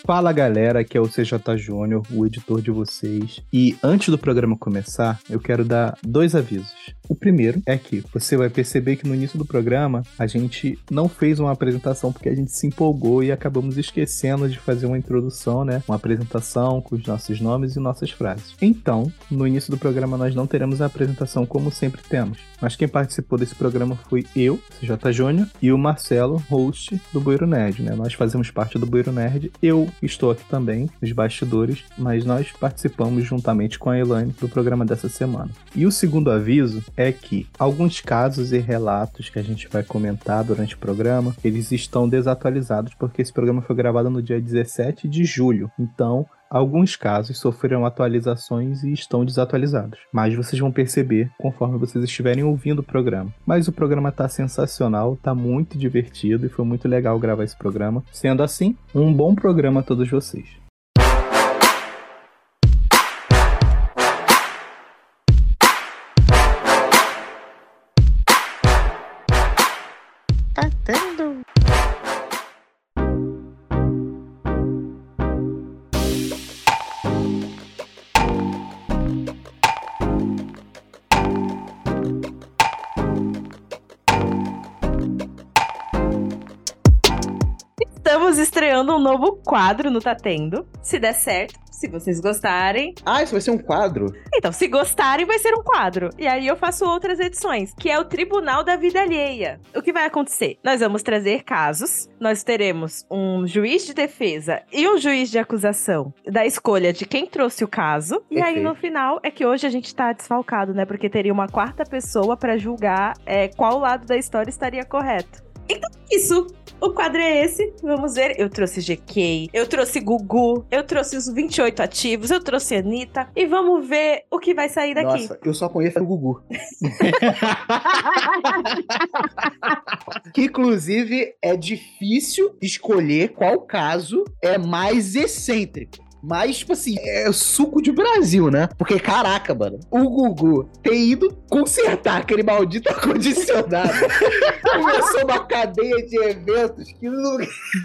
Fala galera, aqui é o CJ Júnior, o editor de vocês. E antes do programa começar, eu quero dar 2 avisos. O primeiro é que você vai perceber que no início do programa a gente não fez uma apresentação porque a gente se empolgou e acabamos esquecendo de fazer uma introdução, né? Uma apresentação com os nossos nomes e nossas frases. Então, no início do programa nós não teremos a apresentação como sempre temos. Mas quem participou desse programa foi eu, CJ Júnior, e o Marcelo, host do Bueiro Nerd, né? Nós fazemos parte do Bueiro Nerd. Eu estou aqui também, nos bastidores, mas nós participamos juntamente com a Elaine do programa dessa semana. E o segundo aviso é que alguns casos e relatos que a gente vai comentar durante o programa, eles estão desatualizados porque esse programa foi gravado no dia 17 de julho. Então, alguns casos sofreram atualizações e estão desatualizados, mas vocês vão perceber conforme vocês estiverem ouvindo o programa. Mas o programa tá sensacional, tá muito divertido e foi muito legal gravar esse programa. Sendo assim, um bom programa a todos vocês. Estamos estreando um novo quadro no Tá Tendo. Se der certo, se vocês gostarem. Ah, isso vai ser um quadro? Então, se gostarem, vai ser um quadro. E aí eu faço outras edições, que é o Tribunal da Vida Alheia. O que vai acontecer? Nós vamos trazer casos, nós teremos um juiz de defesa e um juiz de acusação da escolha de quem trouxe o caso. E aí, no final, é que hoje a gente tá desfalcado, né? Porque teria uma quarta pessoa pra julgar qual lado da história estaria correto. Então, isso. O quadro é esse, vamos ver. Eu trouxe GK, eu trouxe Gugu, eu trouxe os 28 ativos, eu trouxe Anitta. E vamos ver o que vai sair daqui. Nossa, eu só conheço o Gugu. Que, inclusive, é difícil escolher qual caso é mais excêntrico. Mas, tipo assim, é suco de Brasil, né? Porque, caraca, mano, o Gugu ter ido consertar aquele maldito ar-condicionado começou uma cadeia de eventos que não...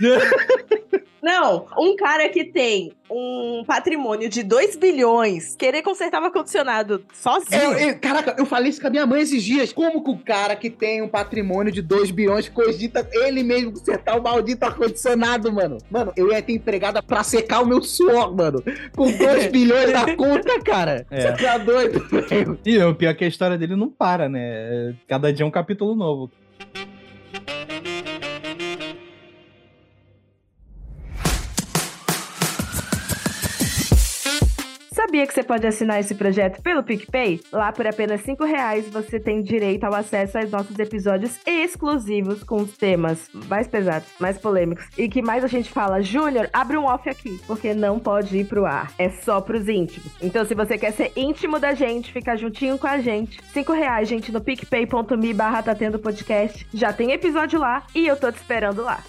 Não, um cara que tem um patrimônio de 2 bilhões, querer consertar o ar-condicionado sozinho. Caraca, eu falei isso com a minha mãe esses dias. Como que o cara que tem um patrimônio de 2 bilhões cogita ele mesmo consertar o maldito ar-condicionado, mano? Mano, eu ia ter empregada pra secar o meu suor, mano. Com 2 bilhões na conta, cara. Você tá doido, velho. E o pior é que a história dele não para, né? Cada dia é um capítulo novo. Sabia que você pode assinar esse projeto pelo PicPay? Lá, por apenas R$5, você tem direito ao acesso aos nossos episódios exclusivos com os temas mais pesados, mais polêmicos. E que mais a gente fala, Júnior, abre um off aqui, porque não pode ir pro ar. É só pros íntimos. Então, se você quer ser íntimo da gente, ficar juntinho com a gente, R$5, gente, no picpay.me/tatendopodcast. Já tem episódio lá e eu tô te esperando lá.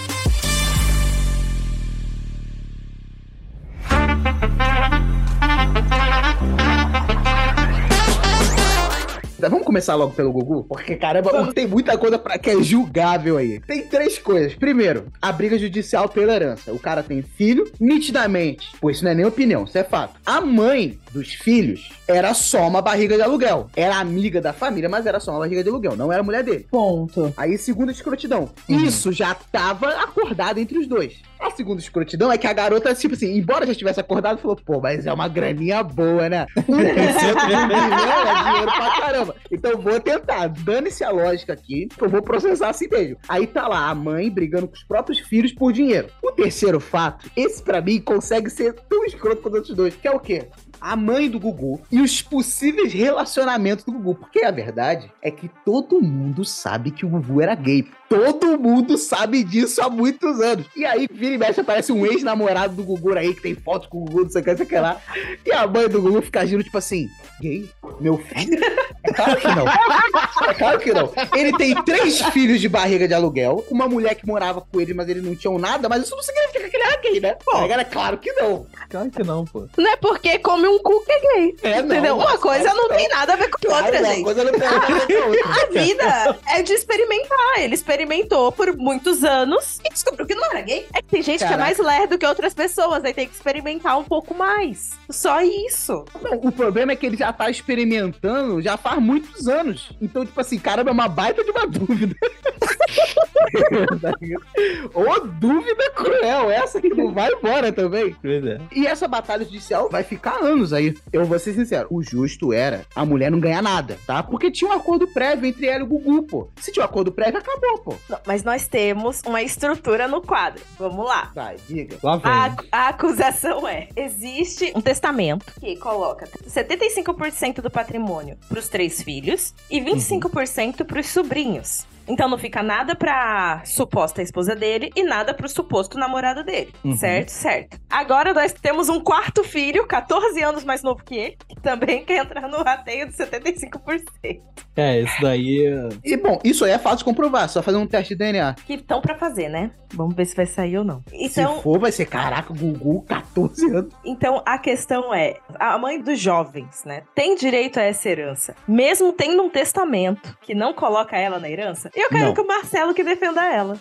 Vamos começar logo pelo Gugu? Porque, caramba, tem muita coisa que é julgável aí. Tem 3 coisas. Primeiro, a briga judicial pela herança. O cara tem filho, nitidamente. Pô, isso não é nem opinião, isso é fato. A mãe dos filhos era só uma barriga de aluguel. Era amiga da família, mas era só uma barriga de aluguel. Não era mulher dele. Ponto. Aí, segunda escrotidão. Isso já tava acordado entre os dois. A segunda escrotidão é que a garota, tipo assim, embora já tivesse acordado, falou, pô, mas é uma graninha boa, né? 1% de $1 bilhão é dinheiro pra caramba. Então vou tentar, dane-se a lógica aqui, que eu vou processar assim mesmo. Aí tá lá, a mãe brigando com os próprios filhos por dinheiro. O terceiro fato, esse pra mim consegue ser tão escroto quanto os outros dois, que é o quê? A mãe do Gugu e os possíveis relacionamentos do Gugu. Porque a verdade é que todo mundo sabe que o Gugu era gay. Todo mundo sabe disso há muitos anos. E aí, vira e mexe, aparece um ex-namorado do Gugu aí, que tem foto com o Gugu, não sei o que lá. E a mãe do Gugu fica agindo tipo assim, gay? Meu filho? É claro que não. É claro que não. Ele tem 3 filhos de barriga de aluguel, uma mulher que morava com ele, mas eles não tinham nada, mas isso não significa que ele era gay, né? Agora, claro que não. Claro que não, pô. Não é porque come um cu que é gay. Entendeu? Uma coisa não tem nada a ver com a outra, gente. Uma coisa não tem nada a ver com a outra. A vida é de experimentar. Ele experimentou por muitos anos e descobriu que não era gay. É que tem gente que é mais lerdo que outras pessoas, aí tem que experimentar um pouco mais. Só isso. Não, o problema é que ele já tá experimentando já faz muitos anos. Então, tipo assim, caramba, é uma baita de uma dúvida. Ô, dúvida cruel, essa que não vai embora também. Pois é. E essa batalha judicial vai ficar anos aí. Eu vou ser sincero, o justo era a mulher não ganhar nada, tá? Porque tinha um acordo prévio entre ela e o Gugu, pô. Se tinha um acordo prévio, acabou, pô. Não, mas nós temos uma estrutura no quadro. Vamos lá. Vai, diga. Lá vem. A acusação existe um testamento que coloca 75% do patrimônio para os 3 filhos e 25% para os sobrinhos. Então não fica nada pra suposta esposa dele e nada pro suposto namorado dele. Certo? Certo. Agora nós temos um 4º filho, 14 anos mais novo que ele, que também quer entrar no rateio de 75%. Isso daí... E bom, isso aí é fácil de comprovar, só fazer um teste de DNA. Que estão pra fazer, né? Vamos ver se vai sair ou não. Então, se for, vai ser, caraca, Gugu, 14 anos. Então a questão é, a mãe dos jovens, né, tem direito a essa herança, mesmo tendo um testamento que não coloca ela na herança? Eu quero que o Marcelo que defenda ela.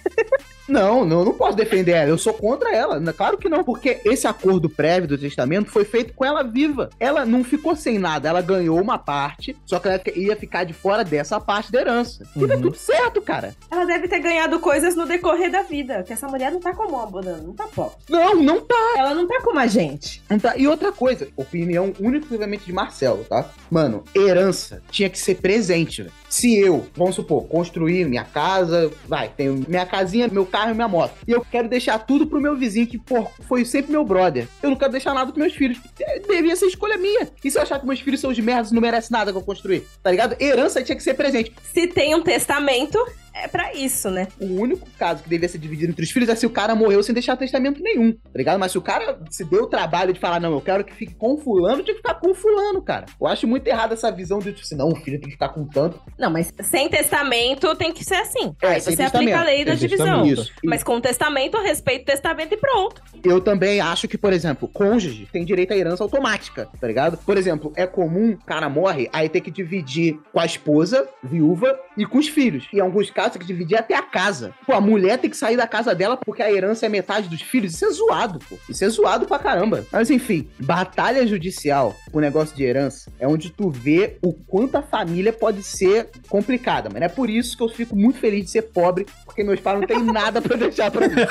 Não posso defender ela, eu sou contra ela. Claro que não, porque esse acordo prévio do testamento foi feito com ela viva. Ela não ficou sem nada, ela ganhou uma parte, só que ela ia ficar de fora dessa parte da herança. E tá tudo certo, cara. Ela deve ter ganhado coisas no decorrer da vida, que essa mulher não tá como uma banana, não tá pobre. Não tá. Ela não tá como a gente. Não tá. E outra coisa, opinião unicamente de Marcelo, tá? Mano, herança tinha que ser presente, velho. Se eu, vamos supor, construir minha casa, tenho minha casinha, meu carro e minha moto, e eu quero deixar tudo pro meu vizinho, que, pô, foi sempre meu brother. Eu não quero deixar nada pros meus filhos. Devia ser escolha minha. E se eu achar que meus filhos são de merda, não merecem nada que eu construir? Tá ligado? Herança tinha que ser presente. Se tem um testamento, é pra isso, né? O único caso que devia ser dividido entre os filhos é se o cara morreu sem deixar testamento nenhum, tá ligado? Mas se o cara se deu o trabalho de falar, não, eu quero que fique com fulano, tinha que ficar com fulano, cara. Eu acho muito errado essa visão de, tipo assim, não, o filho tem que ficar com tanto. Não, mas sem testamento tem que ser assim. É, aí sem você testamento. aplica a lei da divisão. Isso. Mas com testamento, respeita o testamento e pronto. Eu também acho que, por exemplo, cônjuge tem direito à herança automática, tá ligado? Por exemplo, é comum, o cara morre, aí tem que dividir com a esposa, viúva, e com os filhos. E em alguns casos tem que dividir até a casa. Pô, a mulher tem que sair da casa dela porque a herança é metade dos filhos. Isso é zoado, pô. Isso é zoado pra caramba. Mas enfim, batalha judicial, o negócio de herança, é onde tu vê o quanto a família pode ser complicada. Mas é por isso que eu fico muito feliz de ser pobre, porque meus pais não têm nada pra deixar pra mim.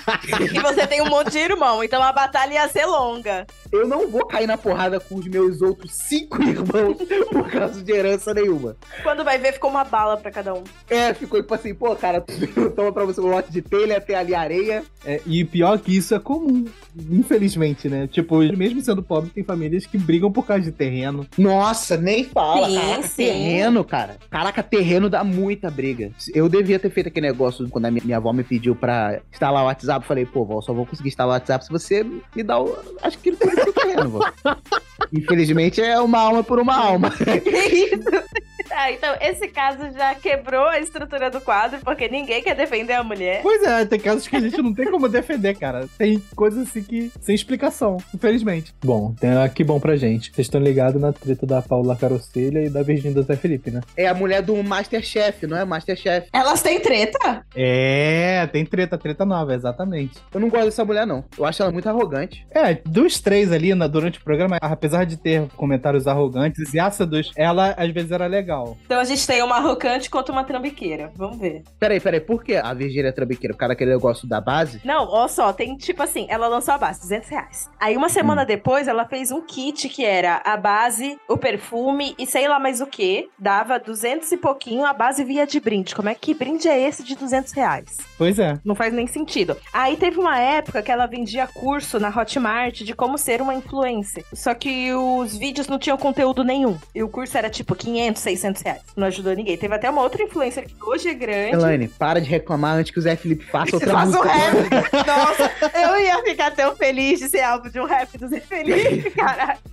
E você tem um monte de irmão, então a batalha ia ser longa. Eu não vou cair na porrada com os meus outros 5 irmãos por causa de herança nenhuma. Quando vai ver, ficou uma bala pra cada um. Ficou tipo assim, pô, cara, toma pra você um lote de telha, tem ali areia. E pior que isso é comum, infelizmente, né? Tipo, mesmo sendo pobre, tem famílias que brigam por causa de terreno. Nossa, nem fala. Sim, Caraca, sim. terreno, cara. Caraca, terreno dá muita briga. Eu devia ter feito aquele negócio quando a minha avó me pediu pra instalar o WhatsApp. Eu falei, pô, vó, só vou conseguir instalar o WhatsApp se você me dá o... Acho que ele foi esse terreno, vó. Infelizmente é uma alma por uma alma. Isso. Então esse caso já quebrou a estrutura do quadro, porque ninguém quer defender a mulher. Pois é, tem casos que a gente não tem como defender, cara. Tem coisas assim que sem explicação, infelizmente. Bom, que bom pra gente. Vocês estão ligados na treta da Paula Carosselha e da Virgínia do Zé Felipe, né? É a mulher do Masterchef, não é? Masterchef. Elas têm treta? Tem treta nova, exatamente. Eu não gosto dessa mulher, não. Eu acho ela muito arrogante. Dos 3 ali durante o programa, apesar de ter comentários arrogantes e ácidos, ela às vezes era legal. Então a gente tem uma arrogante contra uma trambiqueira. Vamos ver. Peraí, por que a Virgínia é trambiqueira? O cara aquele negócio da base? Não, olha só, tem tipo assim, ela lançou a base, R$200. Aí uma semana depois, ela fez um kit que era a base, o perfume e sei lá mais o que. Dava 200 e pouquinho, a base via de brinde. Como é que brinde é esse de R$200? Pois é. Não faz nem sentido. Aí teve uma época que ela vendia curso na Hotmart de como ser uma influencer. Só que os vídeos não tinham conteúdo nenhum. E o curso era tipo 500, 600 reais. Não ajudou ninguém. Teve até uma outra influencer que hoje é grande. Elaine, para de reclamar antes que o Zé Felipe faça outra Faz música. um rap. Nossa, eu ia ficar tão feliz de ser alvo de um rap do Zé Felipe, caralho.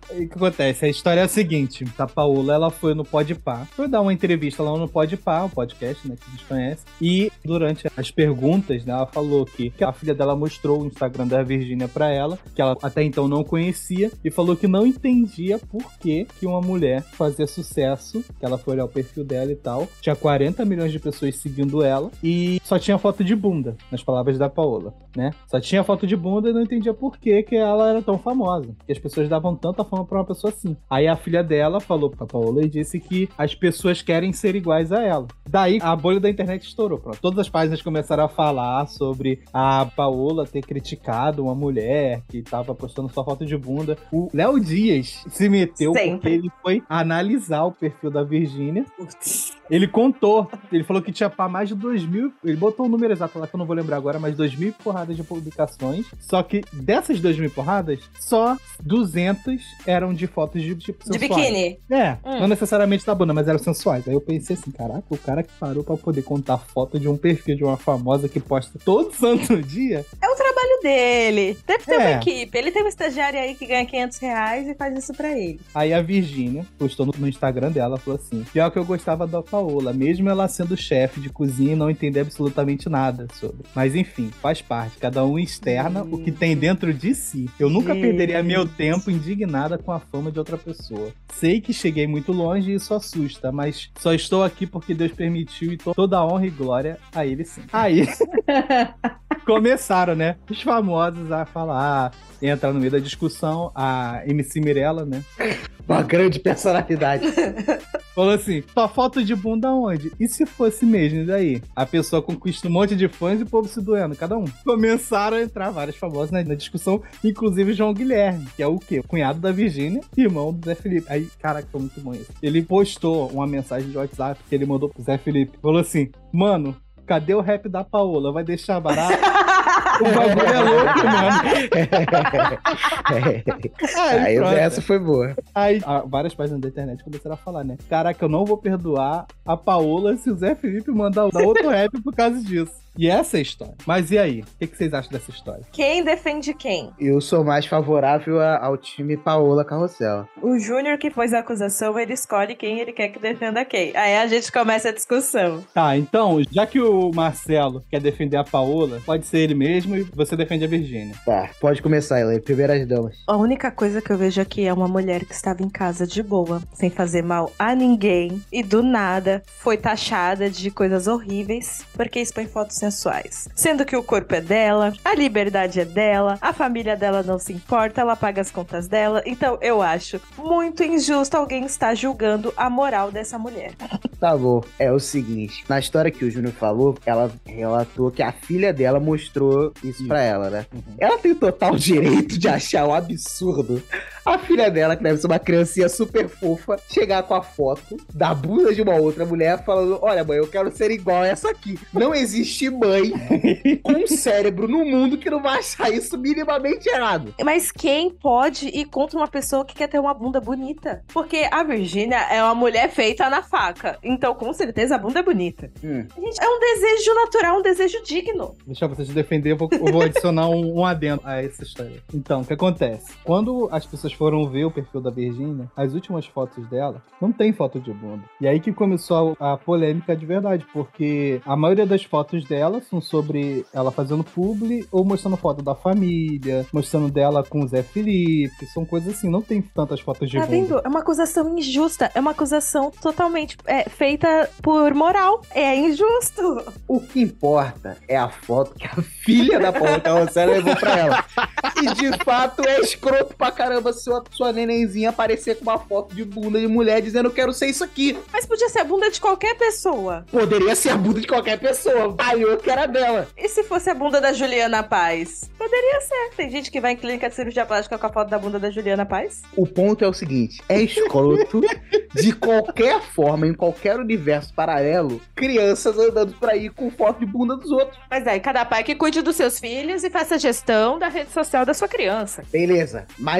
E o que acontece? A história é a seguinte: a Paola, ela foi no Podpah, foi dar uma entrevista lá no Podpah, o podcast, né, que a gente conhece, e durante as perguntas, né, ela falou que a filha dela mostrou o Instagram da Virgínia pra ela, que ela até então não conhecia, e falou que não entendia por que uma mulher fazia sucesso, que ela foi olhar o perfil dela e tal, tinha 40 milhões de pessoas seguindo ela, e só tinha foto de bunda, nas palavras da Paola, né? Só tinha foto de bunda e não entendia por que ela era tão famosa, que as pessoas davam tanta fama pra uma pessoa assim. Aí a filha dela falou pra Paola e disse que as pessoas querem ser iguais a ela. Daí a bolha da internet estourou. Pronto. Todas as páginas começaram a falar sobre a Paola ter criticado uma mulher que tava postando só foto de bunda. O Léo Dias se meteu porque ele foi analisar o perfil da Virgínia. Ele contou, ele falou que tinha mais de 2.000, ele botou o número exato lá que eu não vou lembrar agora, mas 2.000 porradas de publicações, só que dessas 2.000 porradas, só 200 eram de fotos de tipo sensuais. De biquíni? Não necessariamente da bunda, mas eram sensuais. Aí eu pensei assim, caraca, o cara que parou pra poder contar foto de um perfil de uma famosa que posta todo santo dia. É o trabalho dele. Deve ter uma equipe. Ele tem um estagiário aí que ganha R$500 e faz isso pra ele. Aí a Virgínia postou no Instagram dela, falou assim, pior que eu gostava da Paola, mesmo ela sendo chefe de cozinha e não entender absolutamente nada sobre. Mas enfim, faz parte. Cada um externa o que tem dentro de si. Eu nunca perderia meu tempo indignada com a fama de outra pessoa. Sei que cheguei muito longe e isso assusta, mas só estou aqui porque Deus permitiu e toda a honra e glória a ele sim. Aí começaram, né, os famosos a falar, entrar no meio da discussão, a MC Mirella, né? Uma grande personalidade. Falou assim, tua foto de bunda onde? E se fosse mesmo, e daí? A pessoa conquista um monte de fãs e o povo se doendo, cada um. Começaram a entrar vários famosos na discussão, inclusive João Guilherme, que é o quê? O cunhado da Virgínia, irmão do Zé Felipe. Aí, caraca, foi muito bom isso. Ele postou uma mensagem de WhatsApp que ele mandou pro Zé Felipe. Falou assim, mano, cadê o rap da Paola? Vai deixar barato? O bagulho é louco, mano. Aí essa foi boa. Aí várias páginas da internet começaram a falar, né? Caraca, eu não vou perdoar a Paola se o Zé Felipe mandar outro rap por causa disso. E essa é a história. Mas e aí? O que vocês acham dessa história? Quem defende quem? Eu sou mais favorável ao time Paola Carrossel. O Júnior que pôs a acusação, ele escolhe quem ele quer que defenda quem. Aí a gente começa a discussão. Tá, então, já que o Marcelo quer defender a Paola, pode ser ele mesmo e você defende a Virgínia. Tá, pode começar, Elaine. Primeiras damas. A única coisa que eu vejo aqui é uma mulher que estava em casa de boa, sem fazer mal a ninguém, e do nada foi taxada de coisas horríveis, porque expõe fotos sensuais. Sendo que o corpo é dela, a liberdade é dela, a família dela não se importa, ela paga as contas dela. Então eu acho muito injusto alguém estar julgando a moral dessa mulher. Tá bom, é o seguinte, na história que o Júnior falou, ela relatou que a filha dela mostrou isso pra ela, né? Ela tem total direito de achar um absurdo a filha dela, que deve ser uma criancinha super fofa, chegar com a foto da bunda de uma outra mulher falando, olha mãe, eu quero ser igual a essa aqui. Não existe mãe com cérebro no mundo que não vai achar isso minimamente errado. Mas quem pode ir contra uma pessoa que quer ter uma bunda bonita? Porque a Virgínia é uma mulher feita na faca. Então, com certeza, a bunda é bonita. Gente, é um desejo natural, um desejo digno. Deixa você se defender, eu vou adicionar um adendo a essa história. Então, o que acontece? Quando as pessoas foram ver o perfil da Virgínia, as últimas fotos dela não tem foto de bunda. E aí que começou a polêmica de verdade, porque a maioria das fotos dela são sobre ela fazendo publi ou mostrando foto da família, mostrando dela com o Zé Felipe, são coisas assim, não tem tantas fotos de bunda. Tá vendo? É uma acusação injusta, é uma acusação totalmente feita por moral. É injusto. O que importa é a foto que a filha da Paola Carrossel levou pra ela. E de fato é escroto pra caramba sua nenenzinha aparecer com uma foto de bunda de mulher dizendo eu quero ser isso aqui. Mas podia ser a bunda de qualquer pessoa. Poderia ser a bunda de qualquer pessoa. Falhou que era dela. E se fosse a bunda da Juliana Paz? Poderia ser. Tem gente que vai em clínica de cirurgia plástica com a foto da bunda da Juliana Paz. O ponto é o seguinte, é escroto de qualquer forma, em qualquer universo paralelo, crianças andando por aí com foto de bunda dos outros. Mas aí, cada pai que cuide dos seus filhos e faça gestão da rede social da sua criança. Beleza, mas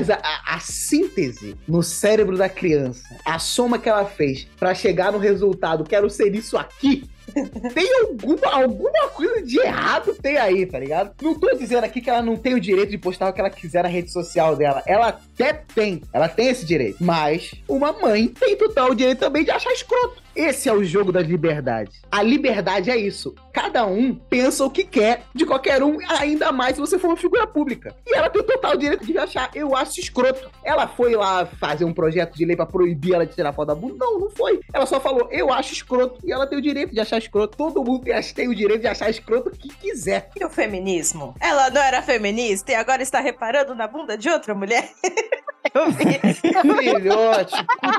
a síntese no cérebro da criança, a soma que ela fez pra chegar no resultado, quero ser isso aqui, tem alguma coisa de errado tem aí, tá ligado? Não tô dizendo aqui que ela não tem o direito de postar o que ela quiser na rede social dela. Ela até tem. Ela tem esse direito. Mas uma mãe tem total direito também de achar escroto. Esse é o jogo da liberdade. A liberdade é isso. Cada um pensa o que quer de qualquer um, ainda mais se você for uma figura pública. E ela tem o total direito de achar, eu acho escroto. Ela foi lá fazer um projeto de lei pra proibir ela de tirar foto da bunda? Não foi. Ela só falou, eu acho escroto. E ela tem o direito de achar escroto. Todo mundo tem o direito de achar escroto o que quiser. E o feminismo? Ela não era feminista e agora está reparando na bunda de outra mulher? Eu vi. Filhote,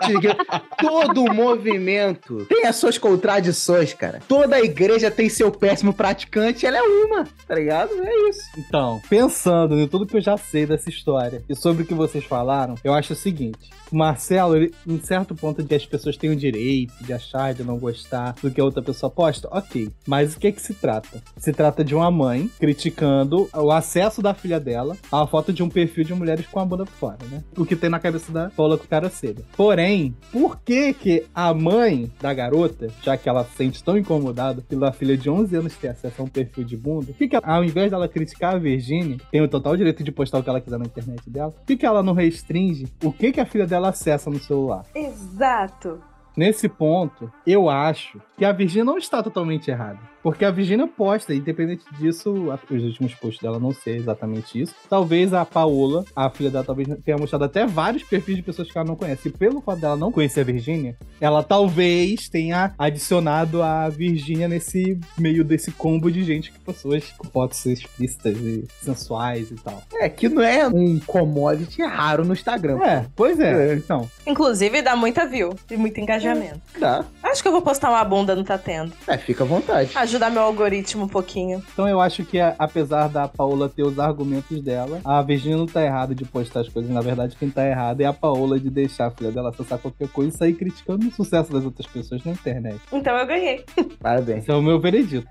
todo movimento tem as suas contradições, cara. Toda igreja tem seu péssimo praticante, ela é uma, tá ligado? É isso. Então, pensando em tudo que eu já sei dessa história e sobre o que vocês falaram, eu acho o seguinte. O Marcelo, ele, em certo ponto de que as pessoas têm o direito de achar, de não gostar do que a outra pessoa posta, ok. Mas o que é que se trata? Se trata de uma mãe criticando o acesso da filha dela a uma foto de um perfil de mulheres com a bunda por fora, né? O que tem na cabeça da Paula Carosselha. Porém, por que a mãe da garota, já que ela se sente tão incomodada pela filha de 11 anos ter acesso a um perfil de bunda, por que ao invés dela criticar a Virgínia, que tem o total direito de postar o que ela quiser na internet dela, por que ela não restringe o que a filha dela acessa no celular? Exato. Nesse ponto, eu acho que a Virgínia não está totalmente errada. Porque a Virgínia posta, independente disso, os últimos posts dela não ser exatamente isso. Talvez a Paola, a filha dela, talvez tenha mostrado até vários perfis de pessoas que ela não conhece. E pelo fato dela não conhecer a Virgínia, ela talvez tenha adicionado a Virgínia nesse meio desse combo de gente que pessoas com fotos explícitas e sensuais e tal. É, que não é um commodity raro no Instagram. É, pois é. Então. Inclusive dá muita view e muito engajamento. Dá. Acho que eu vou postar uma bunda no Tá Tendo. Fica à vontade. Ajudar meu algoritmo um pouquinho. Então eu acho que, apesar da Paola ter os argumentos dela, a Virgínia não tá errada de postar as coisas. Na verdade, quem tá errado é a Paola de deixar a filha dela acessar qualquer coisa e sair criticando o sucesso das outras pessoas na internet. Então eu ganhei. Parabéns. Esse é o meu veredito.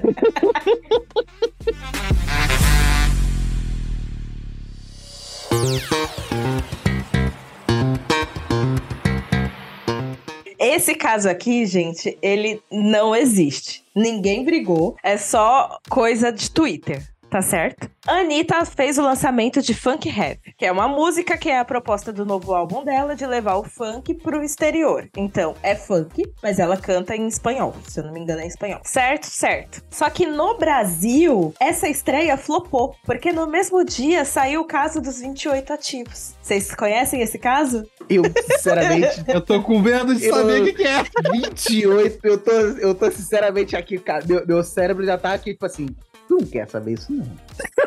Esse caso aqui, gente, ele não existe. Ninguém brigou. É só coisa de Twitter. Tá certo? A Anitta fez o lançamento de Funk Rap, que é uma música que é a proposta do novo álbum dela de levar o funk pro exterior. Então, é funk, mas ela canta em espanhol. Se eu não me engano, é em espanhol. Certo? Certo. Só que no Brasil, essa estreia flopou, porque no mesmo dia saiu o caso dos 28 ativos. Vocês conhecem esse caso? Eu, sinceramente... eu tô com medo de saber o que é. 28, eu tô sinceramente aqui, cara. Meu cérebro já tá aqui, tipo assim... Tu não quer saber isso, não.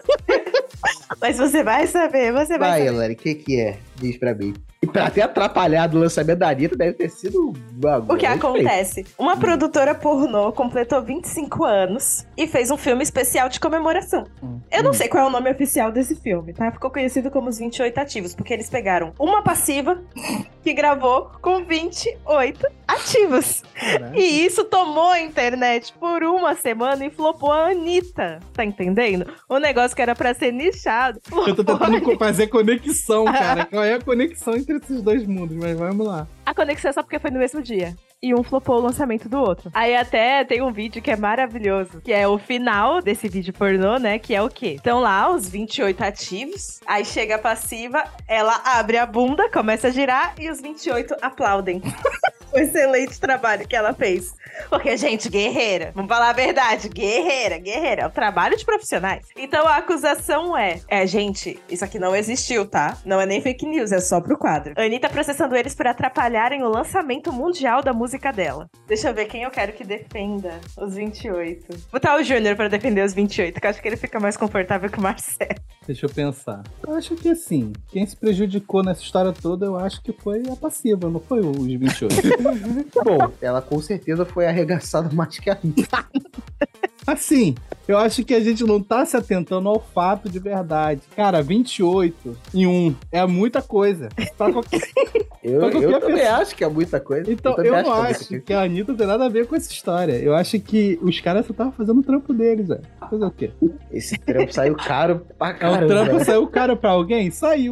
Mas você vai saber, você vai saber. Vai, Elane, o que é? Diz pra mim. E pra ter atrapalhado o lançamento da Anitta, deve ter sido... O que acontece? Uma produtora pornô completou 25 anos e fez um filme especial de comemoração. Eu não sei qual é o nome oficial desse filme, tá? Ficou conhecido como Os 28 Ativos, porque eles pegaram uma passiva que gravou com 28 ativos. Caraca. E isso tomou a internet por uma semana e flopou a Anitta. Tá entendendo? O negócio que era pra ser nichado. Eu tô tentando fazer conexão, cara. Qual é a conexão entre esses dois mundos? Mas vamos lá. A conexão é só porque foi no mesmo dia. E um flopou o lançamento do outro. Aí até tem um vídeo que é maravilhoso, que é o final desse vídeo pornô, né? Que é o quê? Estão lá os 28 ativos, aí chega a passiva, ela abre a bunda, começa a girar e os 28 aplaudem. O excelente trabalho que ela fez. Porque, gente, guerreira. Vamos falar a verdade. Guerreira. É o trabalho de profissionais. Então, a acusação gente, isso aqui não existiu, tá? Não é nem fake news, é só pro quadro. A Anitta processando eles por atrapalharem o lançamento mundial da música dela. Deixa eu ver quem eu quero que defenda os 28. Vou botar o Júnior pra defender os 28, que eu acho que ele fica mais confortável que o Marcelo. Deixa eu pensar. Eu acho que, assim, quem se prejudicou nessa história toda, eu acho que foi a passiva, não foi os 28. Bom, ela com certeza foi arregaçada mais que a Anitta. Assim, eu acho que a gente não tá se atentando ao fato de verdade. Cara, 28 em 1 é muita coisa. Pra qualquer... Eu também acho que é muita coisa. Então, eu não acho que a Anitta tem nada a ver com essa história. Eu acho que os caras só estavam fazendo o trampo deles, velho. Fazer o quê? Esse trampo saiu caro pra caramba. O trampo saiu caro pra alguém? Saiu.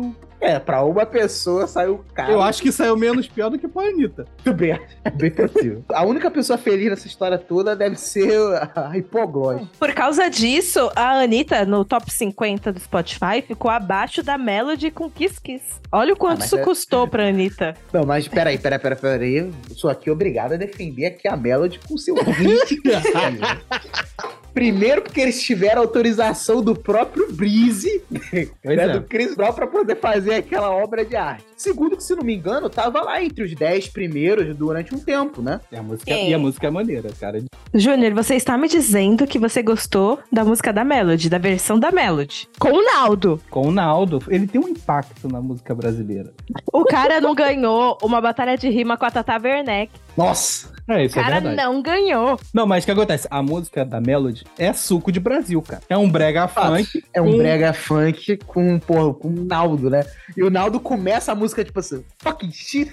Pra uma pessoa saiu caro. Eu acho que saiu menos pior do que pra Anitta. Muito bem, é bem possível. A única pessoa feliz nessa história toda deve ser a hipoglós. Por causa disso, a Anitta, no top 50 do Spotify, ficou abaixo da Melody com Kiss Kiss. Olha o quanto isso custou pra Anitta. Não, mas peraí. Eu sou aqui obrigado a defender aqui a Melody com seu 20 reais. Primeiro, porque eles tiveram autorização do próprio Breezy, né, do Chris Brown, pra poder fazer aquela obra de arte. Segundo, que se não me engano, tava lá entre os 10 primeiros durante um tempo, né? E a música é maneira, cara. Júnior, você está me dizendo que você gostou da música da Melody, da versão da Melody. Com o Naldo. Com o Naldo. Ele tem um impacto na música brasileira. O cara não ganhou uma batalha de rima com a Tata Werneck. Nossa! Isso o cara é verdade. não ganhou. Não, mas o que acontece? A música da Melody é suco de Brasil, cara. É um brega funk. É um brega funk com o Naldo, né? E o Naldo começa a música tipo assim, fucking shit.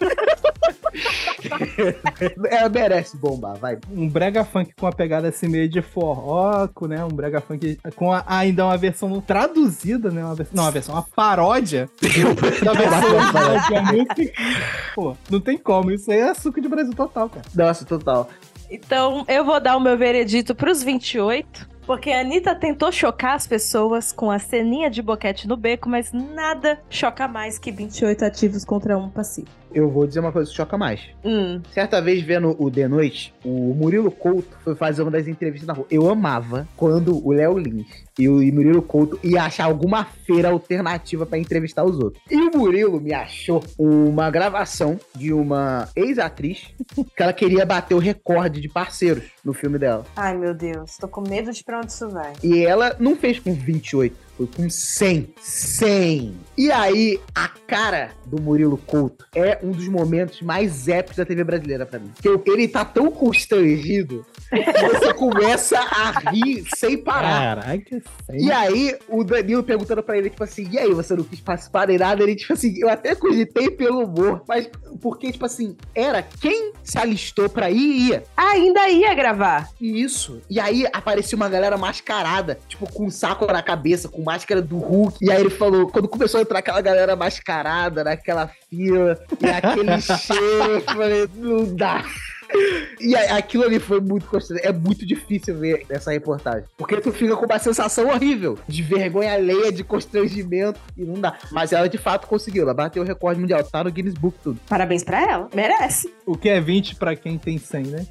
Ela merece bombar, vai. Um brega funk com a pegada assim meio de forró, né? Um brega funk com ainda uma versão traduzida, né? Uma paródia da versão da música. Pô, não tem como. Isso aí é suco de Brasil total, cara. Nossa, total. Então, eu vou dar o meu veredito pros 28, porque a Anitta tentou chocar as pessoas com a ceninha de boquete no beco, mas nada choca mais que 28 ativos contra um passivo. Eu vou dizer uma coisa que choca mais. Certa vez, vendo o The Noite, o Murilo Couto foi fazer uma das entrevistas na rua. Eu amava quando o Léo Lins e o Murilo Couto ia achar alguma feira alternativa pra entrevistar os outros. E o Murilo me achou uma gravação de uma ex-atriz que ela queria bater o recorde de parceiros no filme dela. Ai, meu Deus. Tô com medo de pra onde isso vai. E ela não fez com 28. Foi com 100. 100. E aí, a cara do Murilo Couto é um dos momentos mais épicos da TV brasileira pra mim. Porque ele tá tão constrangido que você começa a rir sem parar. Caraca, E aí, o Danilo perguntando pra ele, tipo assim, e aí, você não quis participar nem nada? Ele, tipo assim, eu até cogitei pelo humor, mas porque, tipo assim, era quem se alistou pra ir, ia. Ainda ia gravar. Isso. E aí, aparecia uma galera mascarada, tipo, com um saco na cabeça, com máscara do Hulk. E aí ele falou, quando começou a entrar aquela galera mascarada naquela fila, e aquele cheiro, eu falei, não dá. E aquilo ali foi muito constrangedor. É muito difícil ver essa reportagem. Porque tu fica com uma sensação horrível de vergonha alheia, de constrangimento, e não dá. Mas ela de fato conseguiu. Ela bateu o recorde mundial. Tá no Guinness Book tudo. Parabéns pra ela. Merece. O que é 20 pra quem tem 100, né?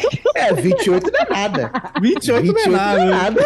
28 não é nada. 28 não é nada. Não é nada.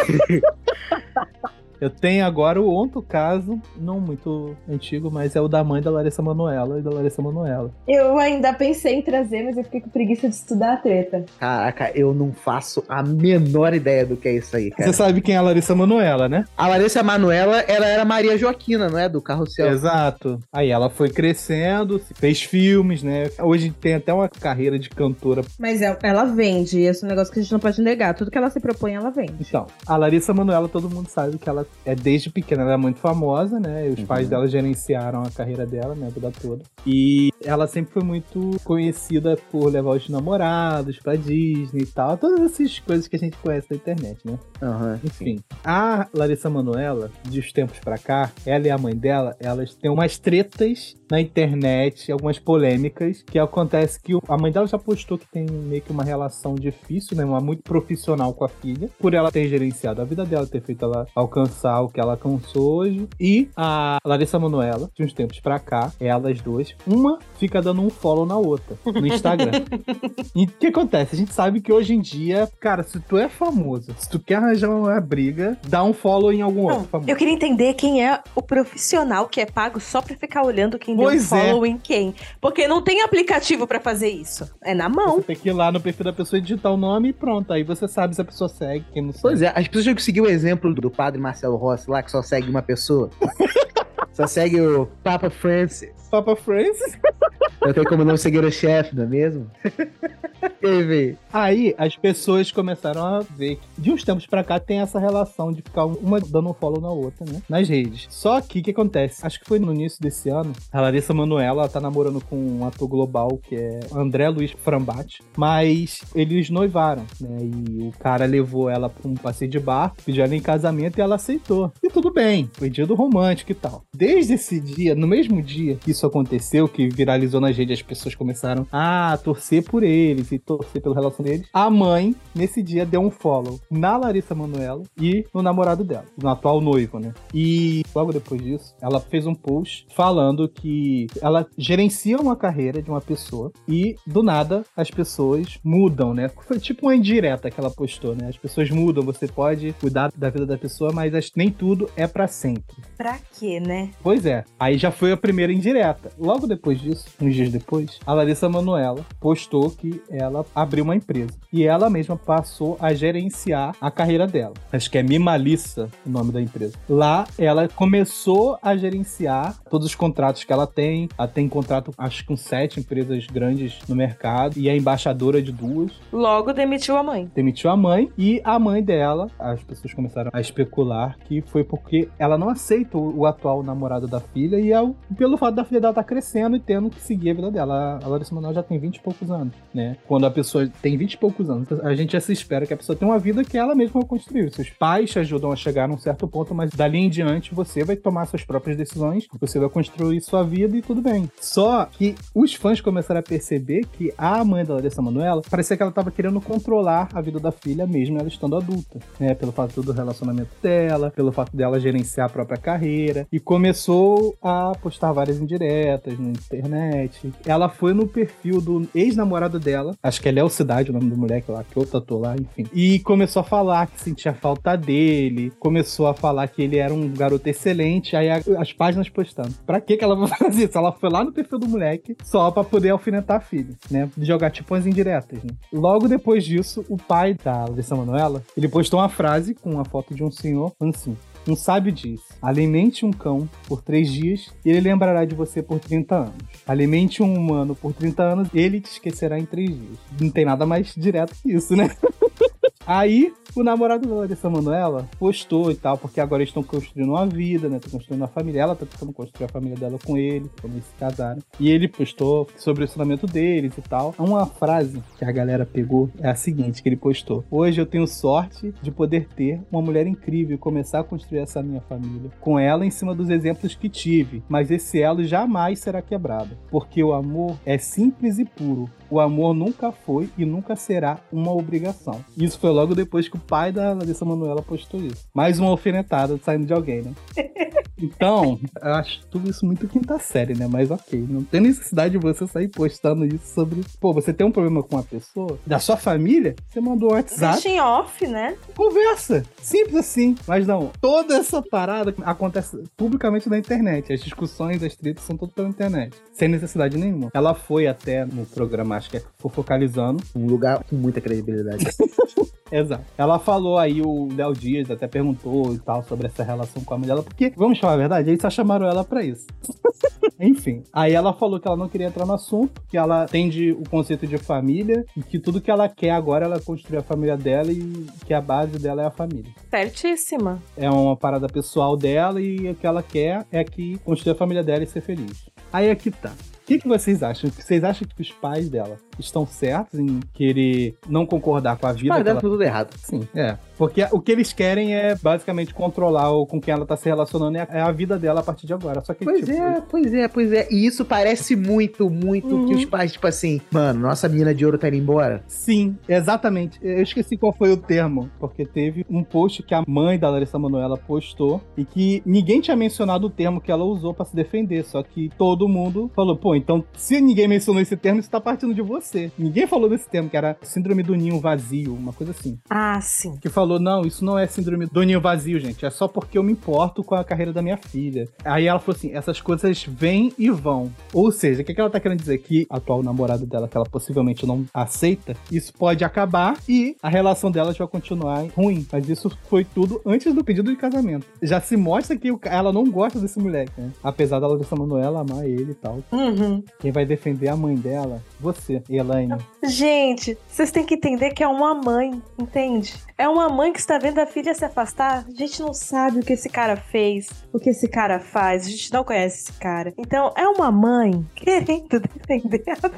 Eu tenho agora o outro caso, não muito antigo, mas é o da mãe da Larissa Manoela e da Larissa Manoela. Eu ainda pensei em trazer, mas eu fiquei com preguiça de estudar a treta. Caraca, eu não faço a menor ideia do que é isso aí, cara. Você sabe quem é a Larissa Manoela, né? A Larissa Manoela, ela era Maria Joaquina, não é? Do Carrossel. Exato. Aí ela foi crescendo, fez filmes, né? Hoje tem até uma carreira de cantora. Mas ela vende, esse é um negócio que a gente não pode negar. Tudo que ela se propõe, ela vende. Então, a Larissa Manoela, todo mundo sabe que ela é desde pequena, ela é muito famosa, né? Os pais dela gerenciaram a carreira dela, né? A vida toda. E ela sempre foi muito conhecida por levar os namorados pra Disney e tal. Todas essas coisas que a gente conhece da internet, né? Enfim. A Larissa Manoela, de uns tempos pra cá, ela e a mãe dela, elas têm umas tretas na internet, algumas polêmicas, que acontece que a mãe dela já postou que tem meio que uma relação difícil, né? Uma muito profissional com a filha, por ela ter gerenciado a vida dela, ter feito ela alcançar o que ela alcançou hoje. E a Larissa Manoela, de uns tempos pra cá, elas duas, uma fica dando um follow na outra, no Instagram. E o que acontece? A gente sabe que hoje em dia, cara, se tu é famoso, se tu quer arranjar uma briga, dá um follow em algum outro famoso. Eu queria entender quem é o profissional que é pago só pra ficar olhando quem deu um follow em quem. Porque não tem aplicativo pra fazer isso. É na mão. Você tem que ir lá no perfil da pessoa e digitar o nome e pronto. Aí você sabe se a pessoa segue, quem não segue. Pois é, as pessoas têm que seguir o exemplo do padre Marcelo Rossi lá, que só segue uma pessoa. Só segue o Papa Francis. Papa Francis? Eu tenho como não seguir o chefe, não é mesmo? Aí as pessoas começaram a ver que de uns tempos pra cá tem essa relação de ficar uma dando um follow na outra, né? Nas redes. Só que o que acontece? Acho que foi no início desse ano, a Larissa Manoela, ela tá namorando com um ator global que é André Luiz Frambati, mas eles noivaram, né? E o cara levou ela pra um passeio de barco, pediu ela em casamento e ela aceitou. E tudo bem, pedido romântico e tal. Desde esse dia, no mesmo dia que isso aconteceu, que viralizou nas redes, as pessoas começaram a torcer por eles e torcer pelo relacionamento deles, a mãe, nesse dia, deu um follow na Larissa Manoela e no namorado dela, no atual noivo, né? E logo depois disso, ela fez um post falando que ela gerencia uma carreira de uma pessoa e, do nada, as pessoas mudam, né? Foi tipo uma indireta que ela postou, né? As pessoas mudam, você pode cuidar da vida da pessoa, mas nem tudo é pra sempre. Pra quê, né? Pois é. Aí já foi a primeira indireta. Logo depois disso, uns dias depois, a Larissa Manoela postou que ela abriu uma empresa. E ela mesma passou a gerenciar a carreira dela. Acho que é Mimalissa o nome da empresa. Lá, ela começou a gerenciar todos os contratos que ela tem. Ela tem contrato, acho que com 7 empresas grandes no mercado. E é embaixadora de 2. Logo demitiu a mãe. Demitiu a mãe. E a mãe dela, as pessoas começaram a especular que foi porque ela não aceita o atual namorado da filha. E pelo fato da filha dela estar crescendo e tendo que seguir a vida dela. A Larissa Manoela já tem 20 e poucos anos, né? Quando a pessoa tem 20 e poucos anos, a gente já se espera que a pessoa tenha uma vida que ela mesma construiu. Seus pais te ajudam a chegar num certo ponto, mas dali em diante você vai tomar suas próprias decisões, você vai construir sua vida e tudo bem. Só que os fãs começaram a perceber que a mãe da Larissa Manoela parecia que ela estava querendo controlar a vida da filha mesmo, ela estando adulta, né? Pelo fato do relacionamento dela, pelo fato dela gerenciar a própria carreira, e começou a postar várias indiretas na internet. Ela foi no perfil do ex-namorado dela, acho que é Léo Cidade, o nome do moleque lá, que eu tatuou lá, enfim. E começou a falar que sentia falta dele, começou a falar que ele era um garoto excelente, aí as páginas postando. Pra que ela vai fazer isso? Ela foi lá no perfil do moleque só pra poder alfinetar a filha, né? Jogar tipo umas indiretas, né? Logo depois disso, o pai da Larissa Manoela, ele postou uma frase com uma foto de um senhor, falando assim: um sábio diz: alimente um cão por 3 dias e ele lembrará de você por 30 anos. Alimente um humano por 30 anos e ele te esquecerá em 3 dias. Não tem nada mais direto que isso, né? Aí, o namorado da Larissa Manoela postou e tal, porque agora eles estão construindo uma vida, né? Estão construindo uma família. Ela tá tentando construir a família dela com ele, quando eles se casaram. E ele postou sobre o relacionamento deles e tal. Uma frase que a galera pegou é a seguinte, que ele postou: hoje eu tenho sorte de poder ter uma mulher incrível e começar a construir essa minha família com ela em cima dos exemplos que tive, mas esse elo jamais será quebrado, porque o amor é simples e puro. O amor nunca foi e nunca será uma obrigação. Isso foi logo depois que o pai da Larissa Manoela postou isso. Mais uma alfinetada saindo de alguém, né? Então, eu acho tudo isso muito quinta série, né? Mas ok, não tem necessidade de você sair postando isso sobre... Pô, você tem um problema com uma pessoa, da sua família, você mandou um WhatsApp. Deixa em off, né? Conversa. Simples assim. Mas não, toda essa parada acontece publicamente na internet. As discussões, as tretas são todas pela internet. Sem necessidade nenhuma. Ela foi até no programa, acho que é Fofocalizando. Um lugar com muita credibilidade. Exato. Ela falou aí, o Léo Dias até perguntou e tal sobre essa relação com a mãe dela, porque, vamos falar a verdade, eles só chamaram ela pra isso. Enfim, aí ela falou que ela não queria entrar no assunto, que ela entende o conceito de família e que tudo que ela quer agora é ela construir a família dela e que a base dela é a família. Certíssima. É uma parada pessoal dela e o que ela quer é que construir a família dela e ser feliz. Aí aqui tá. O que vocês acham? Vocês acham que os pais dela estão certos em querer não concordar com a vida? Mas dá tudo errado. Sim, é. Porque o que eles querem é basicamente controlar ou com quem ela tá se relacionando é a vida dela a partir de agora. Só que, Pois é. E isso parece muito que os pais, tipo assim, mano, nossa mina de ouro tá indo embora. Sim, exatamente. Eu esqueci qual foi o termo, porque teve um post que a mãe da Larissa Manoela postou e que ninguém tinha mencionado o termo que ela usou pra se defender, só que todo mundo falou, pô, então se ninguém mencionou esse termo, isso tá partindo de você. Ninguém falou desse termo, que era síndrome do ninho vazio, uma coisa assim. Ah, sim. Que falou, não, isso não é síndrome do ninho vazio, gente, é só porque eu me importo com a carreira da minha filha. Aí ela falou assim, essas coisas vêm e vão. Ou seja, o que ela tá querendo dizer? Que o atual namorado dela, que ela possivelmente não aceita, isso pode acabar e a relação delas vai continuar ruim. Mas isso foi tudo antes do pedido de casamento. Já se mostra que ela não gosta desse moleque, né? Apesar dela Larissa Manoela amar ele e tal. Quem vai defender a mãe dela? Você, Elaine. Gente, vocês têm que entender que é uma mãe, entende? É uma mãe que está vendo a filha se afastar. A gente não sabe o que esse cara fez, o que esse cara faz. A gente não conhece esse cara. Então, é uma mãe querendo defender a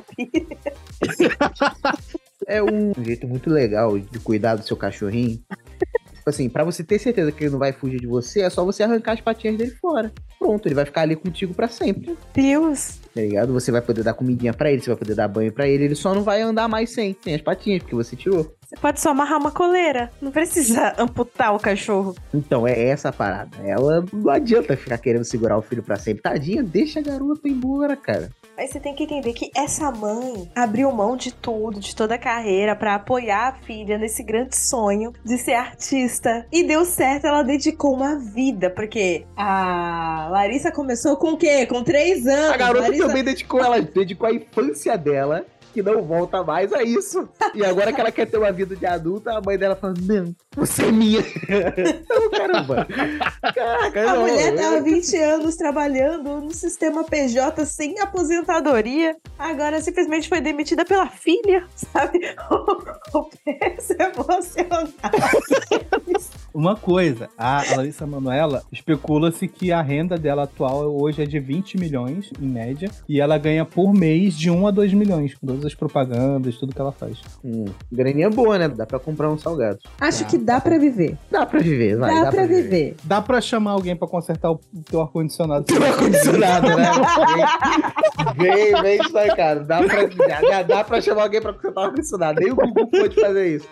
filha. É um jeito muito legal de cuidar do seu cachorrinho. Tipo assim, pra você ter certeza que ele não vai fugir de você, é só você arrancar as patinhas dele fora. Pronto, ele vai ficar ali contigo pra sempre. Deus. Tá ligado? Você vai poder dar comidinha pra ele, você vai poder dar banho pra ele só não vai andar mais sem as patinhas, porque você tirou. Você pode só amarrar uma coleira. Não precisa amputar o cachorro. Então, é essa a parada. Ela não adianta ficar querendo segurar o filho pra sempre. Tadinha, deixa a garota embora, cara. Mas você tem que entender que essa mãe abriu mão de tudo, de toda a carreira, pra apoiar a filha nesse grande sonho de ser artista. E deu certo, ela dedicou uma vida, porque a Larissa começou com o quê? Com 3 anos. A garota Larissa... também dedicou a infância dela, que não volta mais a isso. E agora que ela quer ter uma vida de adulta, a mãe dela fala, não, você é minha. Então, caramba. Caraca, A mulher tava 20 anos trabalhando no sistema PJ sem aposentadoria. Agora simplesmente foi demitida pela filha, sabe? O peso emocional. Uma coisa, a Larissa Manoela, especula-se que a renda dela atual hoje é de 20 milhões, em média, e ela ganha por mês de 1 a 2 milhões, com todas as propagandas, tudo que ela faz. Graninha boa, né? Dá pra comprar uns salgados. Acho que dá pra viver. Dá pra viver, vai. Dá pra viver. Dá pra chamar alguém pra consertar o teu ar-condicionado. Teu ar-condicionado, né? Vem isso aí, cara. Dá pra chamar alguém pra consertar o ar-condicionado. Nem o Google pode fazer isso.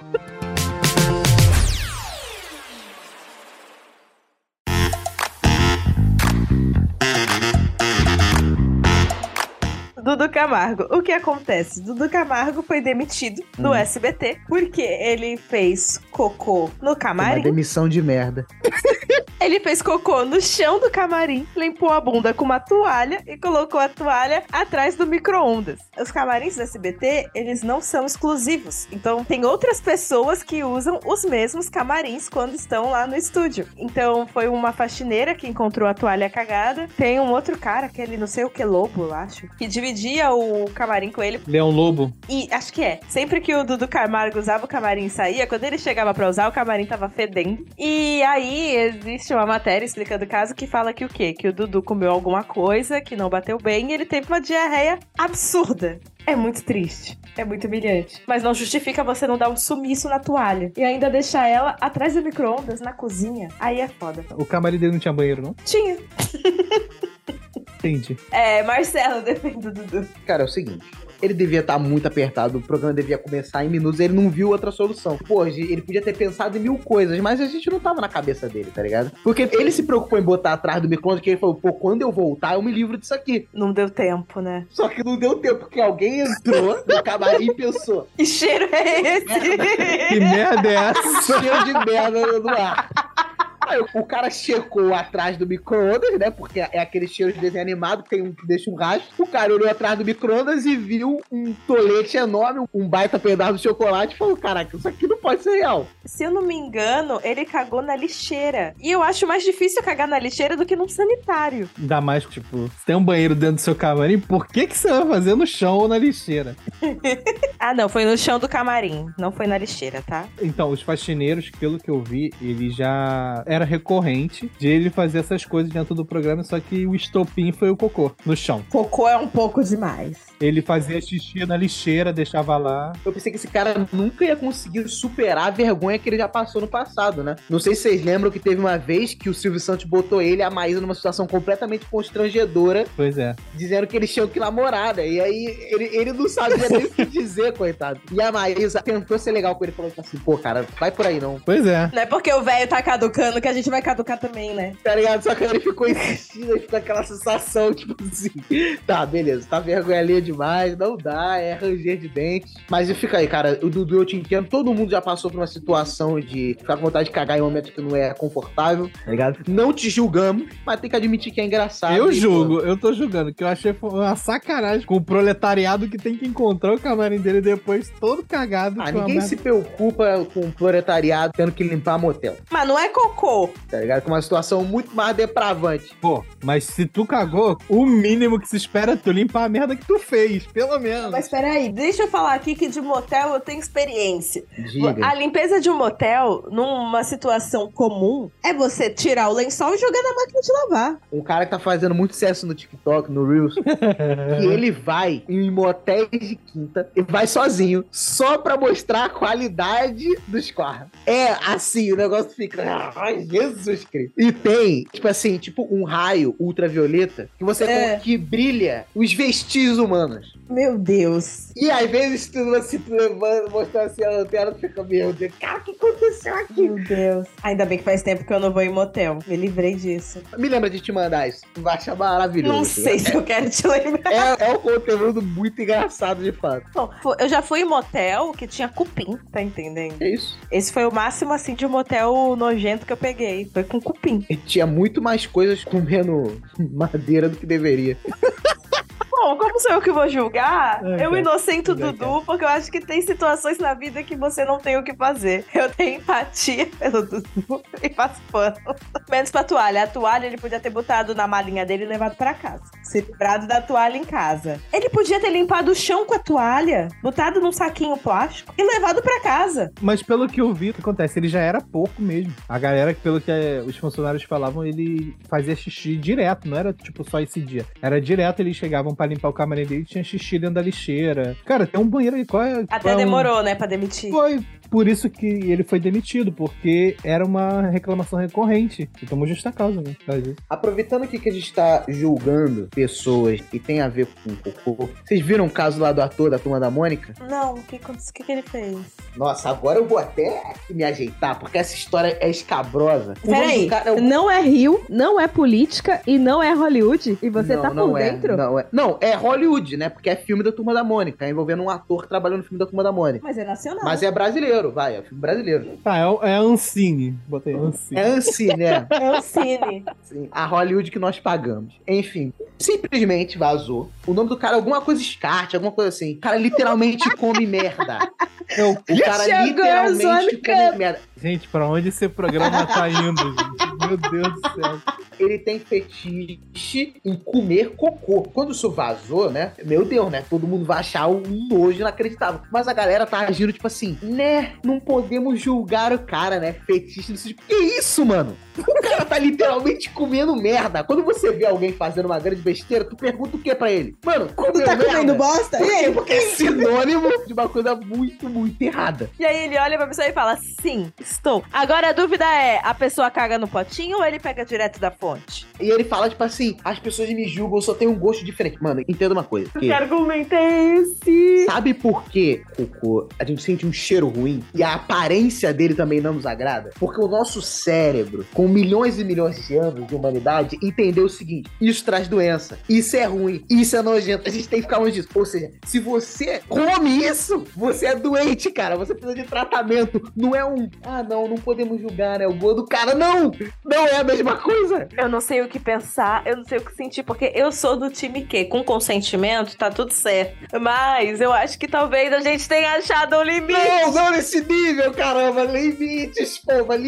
Dudu Camargo. O que acontece? Dudu Camargo foi demitido do SBT porque ele fez cocô no camarim. Uma demissão de merda. Ele fez cocô no chão do camarim, limpou a bunda com uma toalha e colocou a toalha atrás do micro-ondas. Os camarins do SBT, eles não são exclusivos. Então, tem outras pessoas que usam os mesmos camarins quando estão lá no estúdio. Então, foi uma faxineira que encontrou a toalha cagada. Tem um outro cara, aquele não sei o que Lobo, eu acho, que dividia o camarim com ele. Leão Lobo? E acho que é. Sempre que o Dudu Camargo usava o camarim e saía, quando ele chegava pra usar, o camarim tava fedendo. E aí, existe uma matéria explicando o caso que fala que o quê? Que o Dudu comeu alguma coisa que não bateu bem e ele teve uma diarreia absurda. É muito triste. É muito humilhante. Mas não justifica você não dar um sumiço na toalha. E ainda deixar ela atrás do micro-ondas, na cozinha. Aí é foda. O camarim dele não tinha banheiro, não? Tinha. Entendi. Marcelo defende o Dudu. Cara, é o seguinte. Ele devia estar muito apertado, o programa devia começar em minutos, ele não viu outra solução. Pô, ele podia ter pensado em 1000 coisas, mas a gente não tava na cabeça dele, tá ligado? Porque ele se preocupou em botar atrás do micro-ondas, que ele falou, pô, quando eu voltar, eu me livro disso aqui. Não deu tempo, né? Só que não deu tempo, porque alguém entrou no camarim e pensou... Que cheiro é esse? Que merda é essa? Cheiro de merda no ar. Aí o cara checou atrás do micro-ondas, né? Porque é aquele cheiro de desenho animado, tem um que deixa um rastro. O cara olhou atrás do micro-ondas e viu um tolete enorme, um baita pedaço de chocolate e falou, caraca, isso aqui não pode ser real. Se eu não me engano, ele cagou na lixeira. E eu acho mais difícil cagar na lixeira do que num sanitário. Ainda mais, tipo, se tem um banheiro dentro do seu camarim, por que você vai fazer no chão ou na lixeira? Ah, não, foi no chão do camarim, não foi na lixeira, tá? Então, os faxineiros, pelo que eu vi, ele já era recorrente de ele fazer essas coisas dentro do programa, só que o estopim foi o cocô no chão. Cocô é um pouco demais. Ele fazia xixi na lixeira, deixava lá. Eu pensei que esse cara nunca ia conseguir superar a vergonha que ele já passou no passado, né? Não sei se vocês lembram que teve uma vez que o Silvio Santos botou ele e a Maísa numa situação completamente constrangedora. Pois é. Dizendo que eles tinham que namorar, né? E aí ele não sabia nem o que dizer, coitado. E a Maísa tentou ser legal com ele, falou assim, pô, cara, vai por aí não. Pois é. Não é porque o velho tá caducando que a gente vai caducar também, né? Tá ligado? Só que ele ficou insistindo e ficou aquela sensação, tipo assim, tá, beleza, tá vergonha ali demais, não dá, é ranger de dentes. Mas fica aí, cara, o Dudu, eu te entendo, todo mundo já passou por uma situação de ficar com vontade de cagar em um momento que não é confortável, tá ligado? Não te julgamos, mas tem que admitir que é engraçado. Eu julgo, eu tô julgando, que eu achei uma sacanagem com o proletariado que tem que encontrar o camarim dele depois todo cagado. Ninguém se preocupa com o proletariado tendo que limpar motel. Mas não é cocô, cagou. Tá ligado? Com uma situação muito mais depravante. Pô, mas se tu cagou, o mínimo que se espera é tu limpar a merda que tu fez, pelo menos. Mas peraí, deixa eu falar aqui que de motel eu tenho experiência. Diga. A limpeza de um motel, numa situação comum, é você tirar o lençol e jogar na máquina de lavar. Um cara que tá fazendo muito sucesso no TikTok, no Reels, que ele vai em motéis de quinta e vai sozinho, só pra mostrar a qualidade dos quartos. É assim, o negócio fica... Ai, Jesus Cristo. E tem, tipo assim, tipo um raio ultravioleta que você que brilha os vestígios humanos. Meu Deus. E às vezes tu levando, mostrando assim a lanterna, tu fica, meu Deus, cara, o que aconteceu aqui? Meu Deus. Ainda bem que faz tempo que eu não vou em motel. Me livrei disso. Me lembra de te mandar isso. Tu vai achar maravilhoso. Não sei se eu quero te lembrar. É um conteúdo muito engraçado, de fato. Bom, eu já fui em motel que tinha cupim, tá entendendo? É isso. Esse foi o máximo, assim, de motel nojento que eu peguei. Foi com cupim. E tinha muito mais coisas comendo madeira do que deveria. Bom, como sou eu que vou julgar, eu inocento Tudo bem, Dudu, porque eu acho que tem situações na vida que você não tem o que fazer. Eu tenho empatia pelo Dudu e faço pano. Menos pra toalha. A toalha ele podia ter botado na malinha dele e levado pra casa. Se livrado da toalha em casa. Ele podia ter limpado o chão com a toalha, botado num saquinho plástico e levado pra casa. Mas pelo que eu vi, o que acontece? Ele já era porco mesmo. A galera, pelo que os funcionários falavam, ele fazia xixi direto, não era tipo só esse dia. Era direto, eles chegavam pra limpar o camarim dele e tinha xixi dentro da lixeira. Cara, tem um banheiro aí, Até demorou, né, pra demitir. Foi por isso que ele foi demitido, porque era uma reclamação recorrente. E tomou justa causa, né? Aproveitando aqui que a gente tá julgando pessoas que tem a ver com cocô, vocês viram o caso lá do ator da Turma da Mônica? Não, o que ele fez? Nossa, agora eu vou até me ajeitar, porque essa história é escabrosa. Peraí, não é Rio, não é política e não é Hollywood? E você tá por dentro? Não, é Hollywood, né? Porque é filme da Turma da Mônica, envolvendo um ator que trabalhou no filme da Turma da Mônica. Mas é nacional. Mas é brasileiro, é filme brasileiro. Tá, é Ancine. Botei Ancine. É Ancine, né? É Ancine. Sim, a Hollywood que nós pagamos. Enfim, simplesmente vazou. O nome do cara é alguma coisa Scart, alguma coisa assim. O cara literalmente come merda. O cara literalmente come merda. Gente, pra onde esse programa tá indo, gente? Meu Deus do céu. Ele tem fetiche em comer cocô. Quando isso vazou, né? Meu Deus, né? Todo mundo vai achar um nojo inacreditável. Mas a galera tá agindo tipo assim, né? Não podemos julgar o cara, né? Fetiche desse tipo. Que isso, mano? O cara tá literalmente comendo merda. Quando você vê alguém fazendo uma grande besteira, tu pergunta o que pra ele? Mano, comeu tá merda? Comendo bosta? Por quê? Porque é sinônimo de uma coisa muito, muito errada. E aí ele olha pra pessoa e fala, sim, estou. Agora a dúvida é, a pessoa caga no potinho ou ele pega direto da fonte? E ele fala, tipo assim, as pessoas me julgam, eu só tenho um gosto diferente. Mano, entenda uma coisa. Que argumento é esse? Sabe por que, cocô, a gente sente um cheiro ruim e a aparência dele também não nos agrada? Porque o nosso cérebro, com milhões e milhões de anos de humanidade, entendeu o seguinte, isso traz doença, isso é ruim, isso é nojento, a gente tem que ficar longe disso. Ou seja, se você come isso, você é doente, cara, você precisa de tratamento. Não é não podemos julgar, né? O gosto do cara, não é a mesma coisa. Eu não sei o que pensar, eu não sei o que sentir, porque eu sou do time que, com consentimento, tá tudo certo. Mas eu acho que talvez a gente tenha achado um limite. Não nesse nível, caramba. Limites,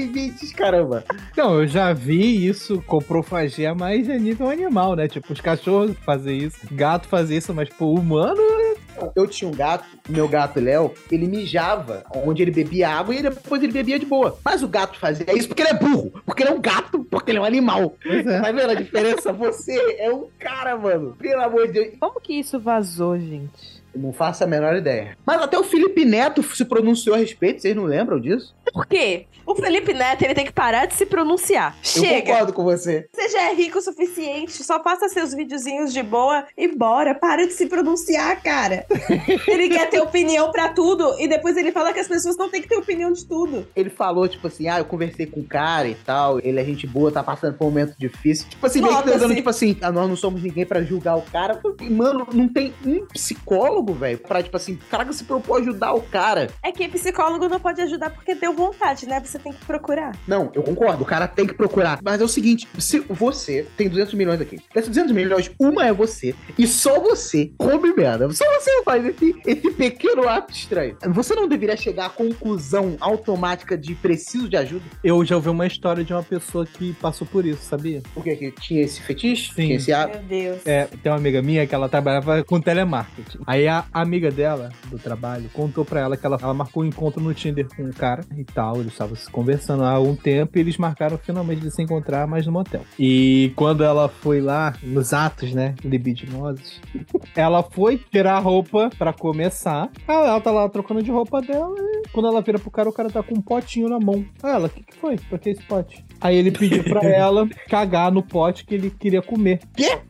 caramba. Não, eu já vi isso, coprofagia, mas é nível animal, né? Tipo, os cachorros fazem isso, gato faz isso, mas, pô, humano... Eu tinha um gato, meu gato Léo, ele mijava onde ele bebia água e depois ele bebia de boa. Mas o gato fazia isso porque ele é burro, porque ele é um gato, porque ele é um animal. Tá vendo a diferença? Você é um cara, mano. Pelo amor de Deus. Como que isso vazou, gente? Eu não faço a menor ideia. Mas até o Felipe Neto se pronunciou a respeito, vocês não lembram disso? Por quê? O Felipe Neto, ele tem que parar de se pronunciar. Chega! Eu concordo com você. Você já é rico o suficiente, só faça seus videozinhos de boa e bora. Para de se pronunciar, cara. Ele quer ter opinião pra tudo e depois ele fala que as pessoas não têm que ter opinião de tudo. Ele falou, tipo assim, eu conversei com o cara e tal, ele é gente boa, tá passando por um momento difícil. Tipo assim, meio que dando, tipo assim, nós não somos ninguém pra julgar o cara. Mano, não tem um psicólogo psicólogo, velho, pra, tipo assim, caraca, você propôs ajudar o cara. É que psicólogo não pode ajudar porque deu vontade, né? Você tem que procurar. Não, eu concordo, o cara tem que procurar. Mas é o seguinte, se você tem 200 milhões aqui, desses 200 milhões, uma é você, e só você come merda. Só você faz esse pequeno ato estranho. Você não deveria chegar à conclusão automática de preciso de ajuda? Eu já ouvi uma história de uma pessoa que passou por isso, sabia? O quê? Que tinha esse fetiche? Sim. Tinha esse ato? Meu Deus. Tem uma amiga minha que ela trabalhava com telemarketing. Aí a amiga dela, do trabalho, contou pra ela que ela marcou um encontro no Tinder com um cara e tal. Eles estavam se conversando há um tempo e eles marcaram finalmente de se encontrar mais no motel. E quando ela foi lá, nos atos, né, libidinosos, ela foi tirar a roupa pra começar. Ela tá lá trocando de roupa dela e quando ela vira pro cara, o cara tá com um potinho na mão. Aí ela, o que foi? Pra que esse pote? Aí ele pediu pra ela cagar no pote que ele queria comer. Quê?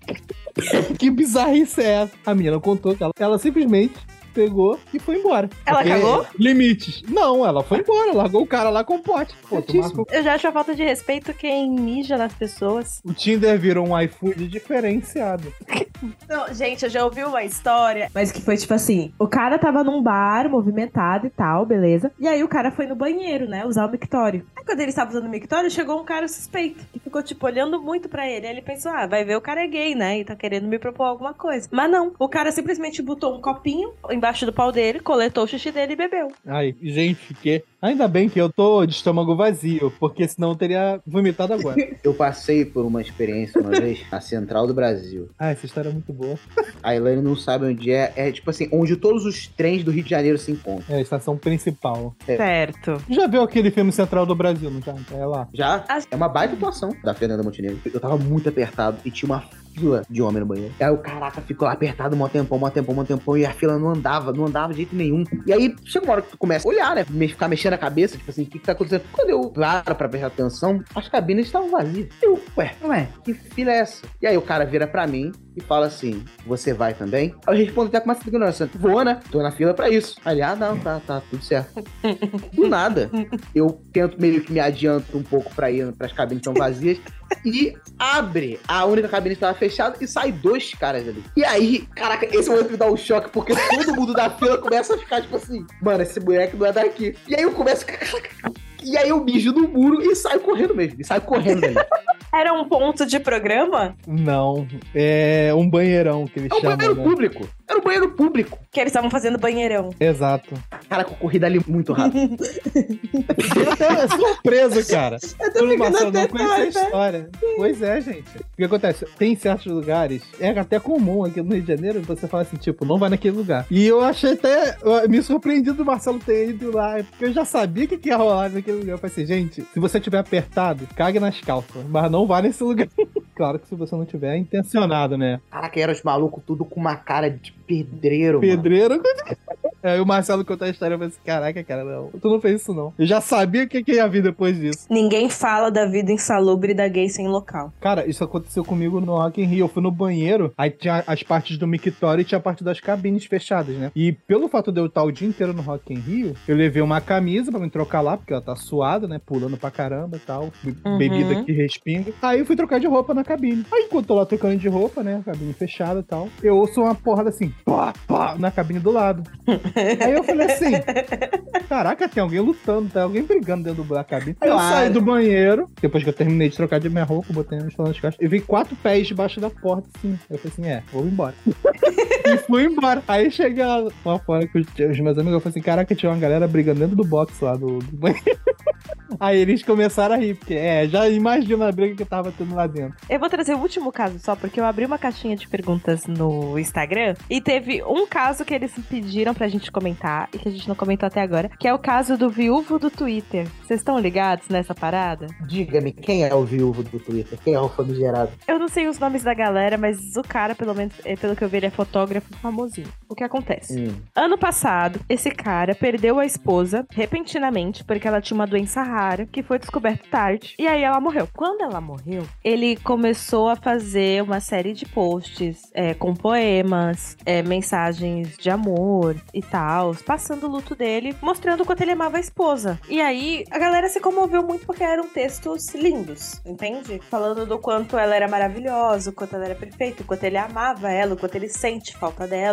Que bizarrice é essa? A menina contou que ela simplesmente pegou e foi embora. Ela Porque cagou? Limites. Não, ela foi embora, largou o cara lá com o pote. Pô, tu marcou... Eu já acho a falta de respeito quem mija nas pessoas. O Tinder virou um iFood diferenciado. Não, gente, eu já ouvi uma história. Mas que foi tipo assim, o cara tava num bar movimentado e tal, beleza. E aí o cara foi no banheiro, né, usar o mictório. Aí quando ele estava usando o mictório, chegou um cara suspeito, que ficou, tipo, olhando muito pra ele. Aí ele pensou, vai ver, o cara é gay, né, e tá querendo me propor alguma coisa. Mas não, o cara simplesmente botou um copinho embaixo do pau dele, coletou o xixi dele e bebeu. Ai, gente, que... Ainda bem que eu tô de estômago vazio, porque senão eu teria vomitado agora. Eu passei por uma experiência uma vez na Central do Brasil. Ah, essa história é muito boa. A Elaine não sabe onde é. É tipo assim, onde todos os trens do Rio de Janeiro se encontram. É a estação principal. Certo. Já viu aquele filme Central do Brasil, não já? É lá. Já? É uma baita atuação da Fernanda Montenegro. Eu tava muito apertado e tinha uma fila de homem no banheiro. Aí o caraca ficou lá apertado um tempão, e a fila não andava de jeito nenhum. E aí chega uma hora que tu começa a olhar, né? Ficar mexendo a cabeça, tipo assim, o que tá acontecendo? Quando eu paro pra prestar atenção, as cabines estavam vazias. Eu, ué, que fila é essa? E aí o cara vira pra mim e fala assim, você vai também? Aí eu respondo até com uma certa ignorância, vou, né? Tô na fila pra isso. Aí ele, não, tá, tudo certo. Do nada, eu tento meio que me adianto um pouco pra ir pras cabines que estão vazias e abre a única cabine que estava fechada e sai 2 caras ali. E aí, caraca, esse momento me dá um choque, porque todo mundo da fila começa a ficar tipo assim, mano, esse moleque não é daqui. E aí eu começo, e aí eu mijo no muro e saio correndo mesmo. Ali. Era um ponto de programa? Não, é um banheirão que eles chamam. Banheiro público. Era um banheiro público. Que eles estavam fazendo banheirão. Exato. Caraca, eu corri dali muito rápido. É surpresa, cara. Eu tô ficando até não conhecia a história. Pois é, gente. O que acontece? Tem certos lugares, é até comum aqui no Rio de Janeiro, você fala assim, tipo, não vai naquele lugar. E eu achei até, me surpreendido do Marcelo ter ido lá, porque eu já sabia que ia rolar naquele lugar. Eu falei assim, gente, se você tiver apertado, cague nas calças, mas não vá nesse lugar. Claro que se você não tiver intencionado, né? Caraca, eram os malucos tudo com uma cara de pedreiro, Pedreiro? Aí o Marcelo contou a história e falei assim, caraca, cara, não, tu não fez isso não. Eu já sabia o que ia vir depois disso. Ninguém fala da vida insalubre da gay sem local. Cara, isso aconteceu comigo no Rock in Rio. Eu fui no banheiro, aí tinha as partes do mictório e tinha a parte das cabines fechadas, né? E pelo fato de eu estar o dia inteiro no Rock in Rio, eu levei uma camisa pra me trocar lá, porque ela tá suada, né? Pulando pra caramba e tal. Bebida que respinga. Aí eu fui trocar de roupa na cabine. Aí enquanto eu tô lá trocando de roupa, né? Cabine fechada e tal, eu ouço uma porrada assim, pá, pá, na cabine do lado. Aí eu falei assim, caraca, tem alguém lutando, tá alguém brigando dentro da cabine. Aí eu saí do banheiro, depois que eu terminei de trocar de minha roupa, botei no nas costas, e vi 4 pés debaixo da porta, assim. Aí eu falei assim, vou embora. E fui embora. Aí cheguei lá fora com os meus amigos, eu falei assim, caraca, tinha uma galera brigando dentro do box lá do banheiro. Aí eles começaram a rir, porque já imagina a briga que tava tendo lá dentro. Eu vou trazer o último caso só, porque eu abri uma caixinha de perguntas no Instagram e teve um caso que eles pediram pra gente comentar e que a gente não comentou até agora, que é o caso do viúvo do Twitter. Vocês estão ligados nessa parada? Diga-me, quem é o viúvo do Twitter? Quem é o famigerado? Eu não sei os nomes da galera, mas o cara, pelo menos, pelo que eu vi, ele é fotógrafo famosinho. O que acontece? Ano passado, esse cara perdeu a esposa repentinamente porque ela tinha uma doença rara que foi descoberta tarde e aí ela morreu. Quando ela morreu, ele começou a fazer uma série de posts com poemas, mensagens de amor e tal, passando o luto dele, mostrando o quanto ele amava a esposa. E aí, a galera se comoveu muito porque eram textos lindos, entende? Falando do quanto ela era maravilhosa, o quanto ela era perfeita, o quanto ele amava ela, o quanto ele sente falta dela e tudo mais.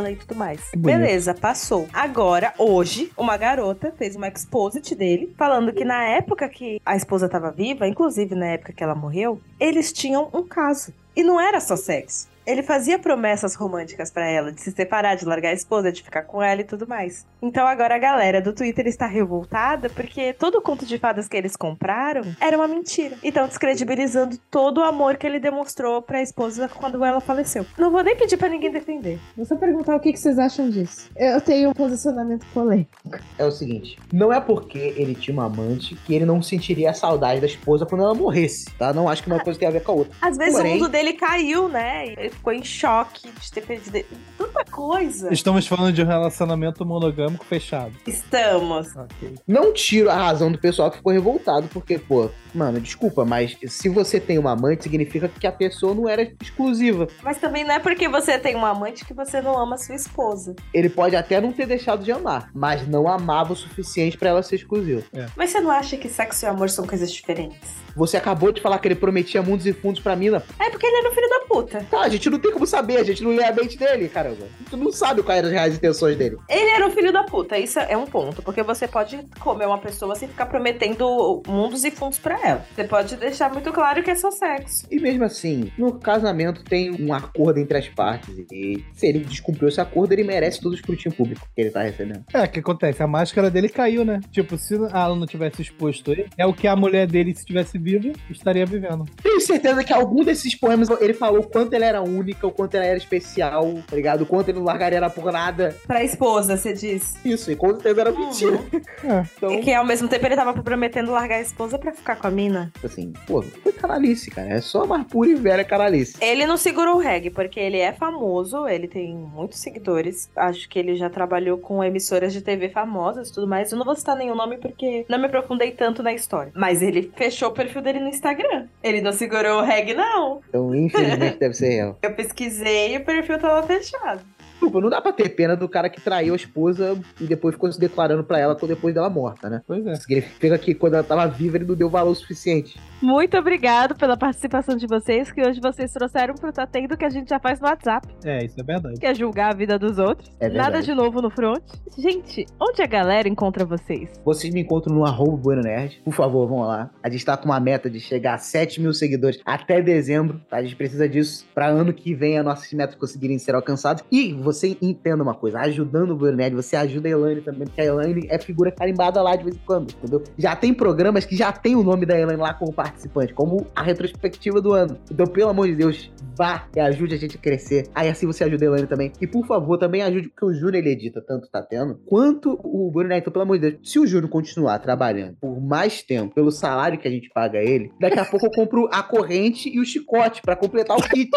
mais. Que bonito. Beleza, passou. Agora, hoje, uma garota fez uma exposit dele, falando que na época que a esposa tava viva, inclusive na época que ela morreu, eles tinham um caso. E não era só sexo. Ele fazia promessas românticas pra ela, de se separar, de largar a esposa, de ficar com ela e tudo mais. Então agora a galera do Twitter está revoltada porque todo o conto de fadas que eles compraram era uma mentira. Então descredibilizando todo o amor que ele demonstrou pra esposa quando ela faleceu. Não vou nem pedir pra ninguém defender. Vou só perguntar o que vocês acham disso. Eu tenho um posicionamento polêmico. É o seguinte, não é porque ele tinha uma amante que ele não sentiria a saudade da esposa quando ela morresse, tá? Não acho que uma coisa tem a ver com a outra. Às vezes Porém, o mundo dele caiu, né? Ele ficou em choque de ter perdido tanta coisa. Estamos falando de um relacionamento monogâmico fechado. Estamos. Ok. não tiro a razão do pessoal que ficou revoltado, porque, pô, mano, desculpa, mas se você tem uma amante, significa que a pessoa não era exclusiva. Mas também não é porque você tem uma amante que você não ama sua esposa. Ele pode até não ter deixado de amar, mas não amava o suficiente pra ela ser exclusiva. Mas você não acha que sexo e amor são coisas diferentes? Você acabou de falar que ele prometia mundos e fundos pra mina. É porque ele era um filho da puta. Tá, a gente não tem como saber, a gente não lê a mente dele, caramba. A gente não sabe quais eram as reais intenções dele. Ele era um filho da puta, isso é um ponto. Porque você pode comer uma pessoa sem ficar prometendo mundos e fundos pra ela. Você pode deixar muito claro que é só sexo. E mesmo assim, no casamento tem um acordo entre as partes. E se ele descumpriu esse acordo, ele merece todo o escrutínio público que ele tá recebendo. É, o que acontece? A máscara dele caiu, né? Tipo, se ela não tivesse exposto ele, é o que a mulher dele, se estivesse viva, estaria vivendo. Tenho certeza que algum desses poemas ele falou o quanto ele era única, o quanto ela era especial, tá ligado? O quanto ele não largaria ela por nada. Pra esposa, você diz. Isso, e com certeza era mentira. Então, E que ao mesmo tempo ele tava prometendo largar a esposa pra ficar com a mina. assim, pô, foi canalice, cara. É só mais pura e velha canalice. Ele não segurou o reggae, porque ele é famoso, ele tem muitos seguidores. Acho que ele já trabalhou com emissoras de TV famosas e tudo mais. Eu não vou citar nenhum nome porque não me aprofundei tanto na história. Mas ele fechou o perfil dele no Instagram. Ele não segurou o reggae, não. Então, infelizmente, deve ser real. Eu pesquisei e o perfil tava fechado. Desculpa, não dá pra ter pena do cara que traiu a esposa e depois ficou se declarando pra ela depois dela morta, né? Pois é. Significa que quando ela tava viva, ele não deu valor suficiente. Muito obrigado pela participação de vocês, que hoje vocês trouxeram pro Tá Tendo que a gente já faz no WhatsApp, É, isso é verdade. que é julgar a vida dos outros. É verdade. Nada de novo no front. Gente, onde a galera encontra vocês? Vocês me encontram no @BuenoNerd. Por favor, vão lá. A gente tá com uma meta de chegar a 7 mil seguidores até dezembro. Tá? A gente precisa disso pra ano que vem as nossas metas conseguirem ser alcançadas. E você entenda uma coisa, ajudando o Bueno Nerd, você ajuda a Elaine também, porque a Elaine é figura carimbada lá de vez em quando, entendeu? Já tem programas que já tem o nome da Elaine lá como participante, como a retrospectiva do ano. Então, pelo amor de Deus, vá e ajude a gente a crescer. Aí assim você ajuda a Elaine também. E por favor, também ajude, porque o Júnior ele edita tanto Tá Tendo, quanto o Bueno Nerd. Então, pelo amor de Deus, se o Júnior continuar trabalhando por mais tempo, pelo salário que a gente paga ele, daqui a pouco eu compro a corrente e o chicote pra completar o kit.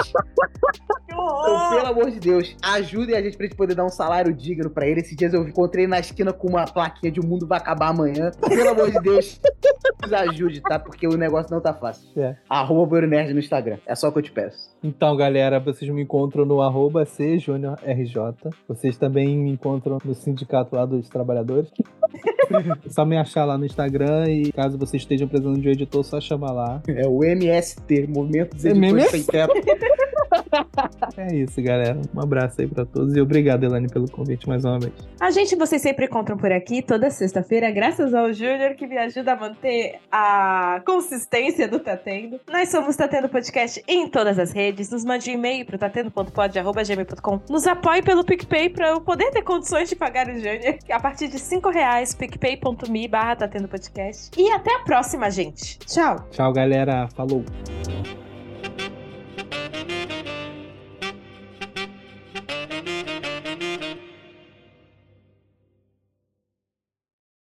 Então, pelo amor de Deus, ajudem a gente pra gente poder dar um salário digno pra ele. Esses dias eu encontrei na esquina com uma plaquinha de o mundo vai acabar amanhã. Pelo amor de Deus, nos ajude, tá? Porque o negócio não tá fácil. É. @BuenoNerd no Instagram. É só o que eu te peço. Então, galera, vocês me encontram no @CJuniorRJ. Vocês também me encontram no sindicato lá dos trabalhadores. É só me achar lá no Instagram e caso vocês estejam precisando de um editor, só chamar lá. É o MST, Movimento dos Editores MST? Sem Teto. É isso, galera. Um abraço aí pra todos e obrigado, Elaine, pelo convite mais uma vez. A gente vocês sempre encontram por aqui toda sexta-feira, graças ao Júnior que me ajuda a manter a consistência do Tá Tendo. Nós somos Tá Tendo Podcast em todas as redes. Nos mande um e-mail pro tatendo.pod@gmail.com. Nos apoie pelo PicPay pra eu poder ter condições de pagar o Júnior. A partir de R$5, picpay.me/tatendopodcast. E até a próxima, gente. Tchau! Tchau, galera. Falou.